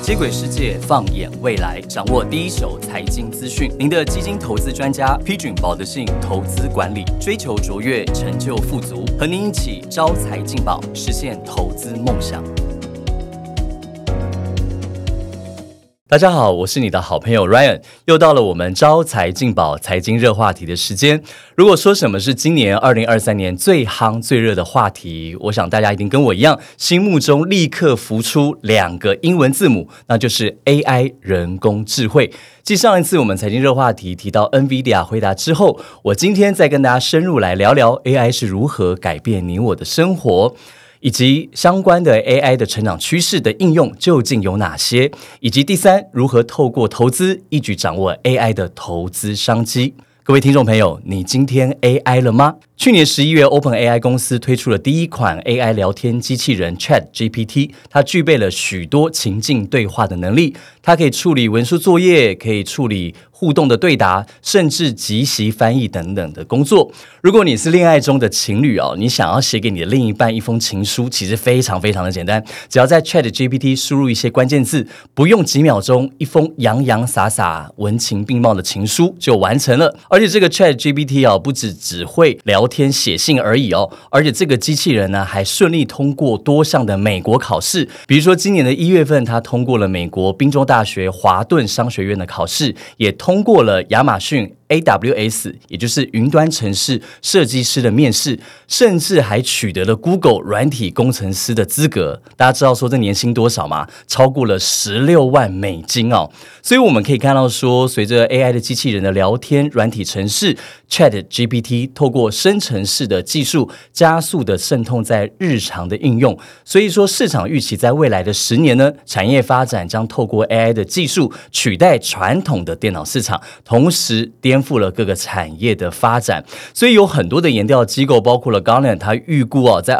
接轨世界，放眼未来，掌握第一手财经资讯。您的基金投资专家，批准保德信投资管理，追求卓越，成就富足，和您一起招财进宝，实现投资梦想。大家好，我是你的好朋友 Ryan， 又到了我们招财进宝财经热话题的时间。如果说什么是今年2023年最夯最热的话题，我想大家一定跟我一样，心目中立刻浮出2个英文字母，那就是 AI 人工智慧。继上一次我们财经热话题提到 NVIDIA 回答之后，我今天再跟大家深入来聊聊 AI 是如何改变你我的生活，以及相关的 AI 的成长趋势的应用究竟有哪些，以及第3，如何透过投资一举掌握 AI 的投资商机。各位听众朋友，你今天 AI 了吗？去年11月 OpenAI 公司推出了第一款 AI 聊天机器人 ChatGPT， 它具备了许多情境对话的能力，它可以处理文书作业，可以处理互动的对答，甚至即席翻译等等的工作。如果你是恋爱中的情侣你想要写给你的另一半一封情书，其实非常非常的简单，只要在 ChatGPT 输入一些关键字，不用几秒钟，一封洋洋洒洒文情并茂的情书就完成了。而且这个 ChatGPT 不只会聊天写信而已而且这个机器人呢还顺利通过多项的美国考试，比如说今年的1月份，它通过了美国宾州大学华顿商学院的考试，也通过了亚马逊AWS， 也就是云端程式设计师的面试，甚至还取得了 Google 软体工程师的资格。大家知道说这年薪多少吗？超过了16万美金所以我们可以看到说，随着 AI 的机器人的聊天软体程式 ChatGPT 透过生成式的技术加速的渗透在日常的应用，所以说市场预期在未来的10年呢，产业发展将透过 AI 的技术取代传统的电脑市场，同时颠覆了各个产业的发展。所以有很多的研调机构，包括了 Gartner， 他预估在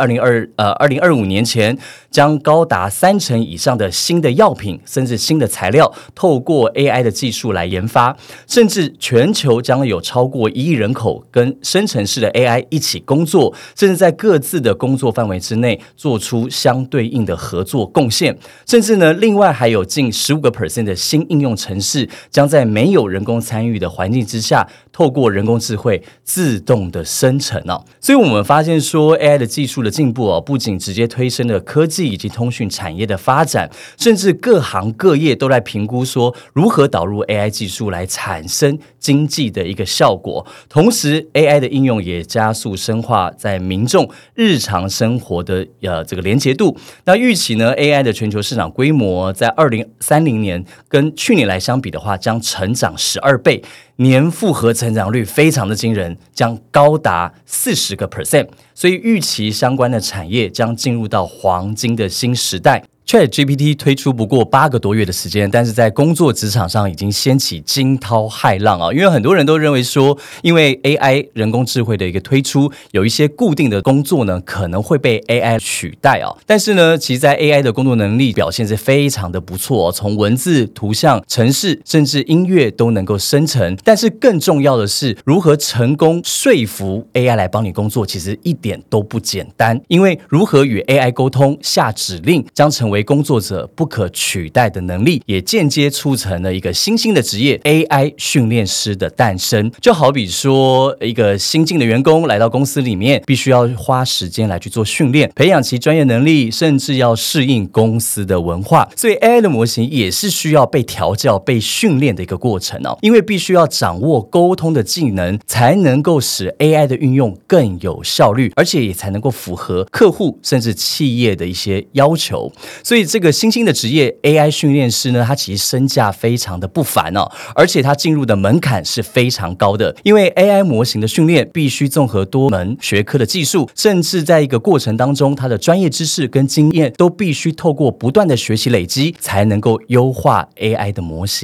2025年前，将高达30%以上的新的药品，甚至新的材料，透过 AI 的技术来研发，甚至全球将有超过1亿人口跟生成式的 AI 一起工作，甚至在各自的工作范围之内做出相对应的合作贡献，甚至呢，另外还有近15% 的新应用程式将在没有人工参与的环境之下，透过人工智慧自动的生成所以我们发现说 AI 的技术的进步不仅直接推升了科技以及通讯产业的发展，甚至各行各业都在评估说如何导入 AI 技术来产生经济的一个效果。同时 AI 的应用也加速深化在民众日常生活的这个连结度。那预期呢 AI 的全球市场规模在2030年跟去年来相比的话，将成长12倍，年复合成长率非常的惊人，将高达40%，所以预期相关的产业将进入到黄金的新时代。ChatGPT 推出不过8个多月的时间，但是在工作职场上已经掀起惊涛骇浪因为很多人都认为说，因为 AI 人工智慧的一个推出，有一些固定的工作呢可能会被 AI 取代但是呢，其实在 AI 的工作能力表现是非常的不错从文字、图像、程式甚至音乐都能够生成。但是更重要的是，如何成功说服 AI 来帮你工作，其实一点都不简单。因为如何与 AI 沟通、下指令，将成为工作者不可取代的能力，也间接促成了一个新兴的职业 AI 训练师的诞生。就好比说，一个新进的员工来到公司里面，必须要花时间来去做训练，培养其专业能力，甚至要适应公司的文化。所以 AI 的模型也是需要被调教、被训练的一个过程因为必须要掌握沟通的技能，才能够使 AI 的运用更有效率，而且也才能够符合客户甚至企业的一些要求。所以这个新兴的职业 AI 训练师呢，它其实身价非常的不凡而且它进入的门槛是非常高的，因为 AI 模型的训练必须综合多门学科的技术，甚至在一个过程当中，它的专业知识跟经验都必须透过不断的学习累积，才能够优化 AI 的模型。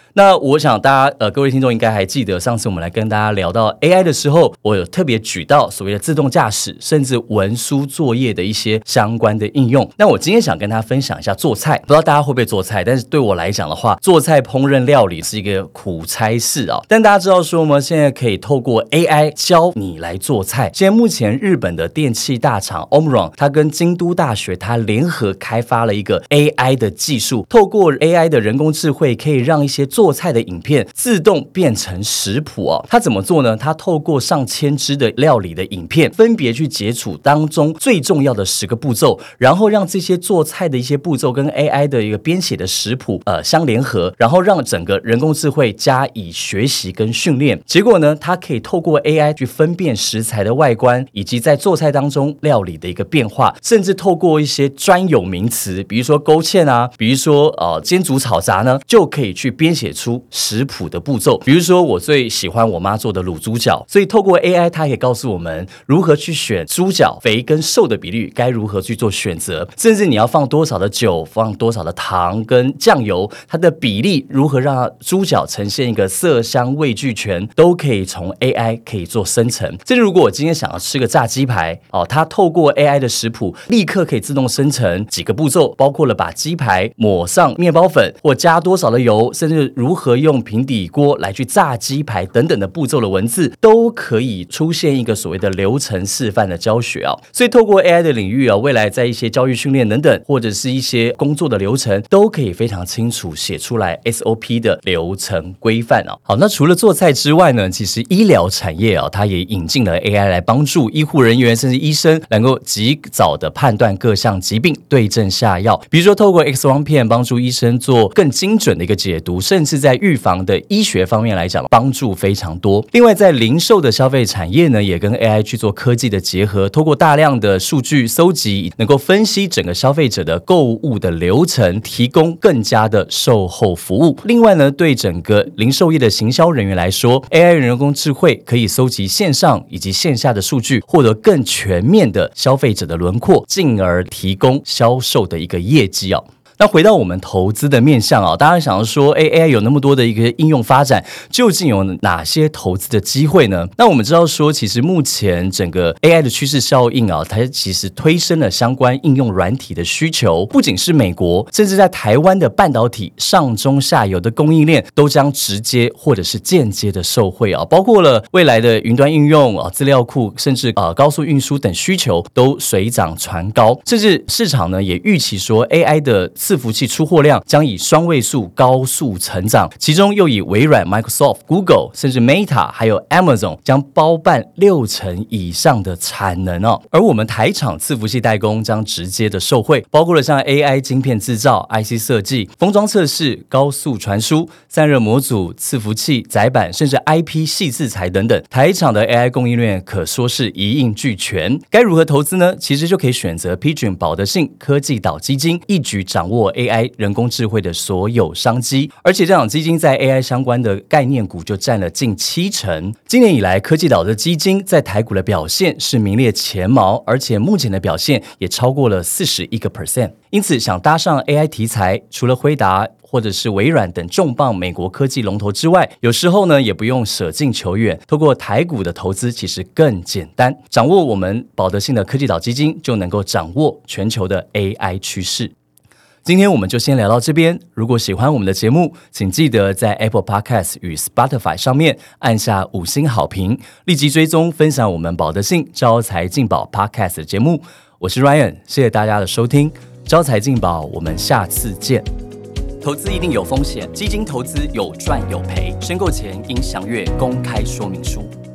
那我想大家各位听众应该还记得，上次我们来跟大家聊到 AI 的时候，我有特别举到所谓的自动驾驶，甚至文书作业的一些相关的应用。那我今天想跟大家分享一下做菜，不知道大家会不会做菜，但是对我来讲的话，做菜烹饪料理是一个苦差事啊。但大家知道说吗？现在可以透过 AI 教你来做菜。现在目前日本的电器大厂 Omron， 它跟京都大学它联合开发了一个 AI 的技术，透过 AI 的人工智慧，可以让一些做菜的影片自动变成食谱哦。它怎么做呢？它透过上千支的料理的影片，分别去截取当中最重要的10个步骤，然后让这些做菜的一些步骤跟 AI 的一个编写的食谱相联合，然后让整个人工智慧加以学习跟训练。结果呢，它可以透过 AI 去分辨食材的外观，以及在做菜当中料理的一个变化，甚至透过一些专有名词，比如说勾芡啊，比如说煎煮炒炸呢，就可以去编写出食谱的步骤。比如说我最喜欢我妈做的卤猪脚，所以透过 AI 它也告诉我们如何去选猪脚肥跟瘦的比率该如何去做选择，甚至你要放多少的酒，放多少的糖跟酱油，它的比例如何让猪脚呈现一个色香味俱全，都可以从 AI 可以做生成。甚至如果我今天想要吃个炸鸡排它透过 AI 的食谱立刻可以自动生成几个步骤，包括了把鸡排抹上面包粉或加多少的油，甚至如何用平底锅来去炸鸡排等等的步骤的文字，都可以出现一个所谓的流程示范的教学所以透过 AI 的领域未来在一些教育训练等等，或者是一些工作的流程，都可以非常清楚写出来 SOP 的流程规范好，那除了做菜之外呢，其实医疗产业它也引进了 AI 来帮助医护人员甚至医生能够及早的判断各项疾病，对症下药。比如说透过 X 光片帮助医生做更精准的一个解读，甚至在预防的医学方面来讲帮助非常多。另外在零售的消费产业呢，也跟 AI 去做科技的结合，透过大量的数据搜集，能够分析整个消费者的购物的流程，提供更加的售后服务。另外呢，对整个零售业的行销人员来说， AI 人工智慧可以搜集线上以及线下的数据，获得更全面的消费者的轮廓，进而提供销售的一个业绩那回到我们投资的面向大家想要说 AI 有那么多的一个应用发展，究竟有哪些投资的机会呢？那我们知道说，其实目前整个 AI 的趋势效应它其实推升了相关应用软体的需求，不仅是美国，甚至在台湾的半导体上中下游的供应链都将直接或者是间接的受惠包括了未来的云端应用资料库，甚至高速运输等需求都水涨船高，甚至市场呢也预期说 AI 的伺服器出货量将以双位数高速成长，其中又以微软、Microsoft、Google 甚至 Meta 还有 Amazon 将包办60%以上的产能而我们台厂伺服器代工将直接的受惠，包括了像 AI 晶片制造、IC 设计、封装测试、高速传输、散热模组、伺服器、载板，甚至 IP 细制材等等，台厂的 AI 供应链可说是一应俱全。该如何投资呢？其实就可以选择批准保德信科技岛基金，一举掌握AI 人工智慧的所有商机，而且这档基金在 AI 相关的概念股就占了近70%。今年以来，科技岛的基金在台股的表现是名列前茅，而且目前的表现也超过了41%。因此，想搭上 AI 题材，除了辉达或者是微软等重磅美国科技龙头之外，有时候呢也不用舍近求远，透过台股的投资其实更简单。掌握我们保德信的科技岛基金，就能够掌握全球的 AI 趋势。今天我们就先聊到这边，如果喜欢我们的节目，请记得在 Apple Podcast 与 Spotify 上面按下5星好评，立即追踪分享我们保德信招财进宝 Podcast 的节目。我是 Ryan， 谢谢大家的收听，招财进宝，我们下次见。投资一定有风险，基金投资有赚有赔，申购前应详阅公开说明书。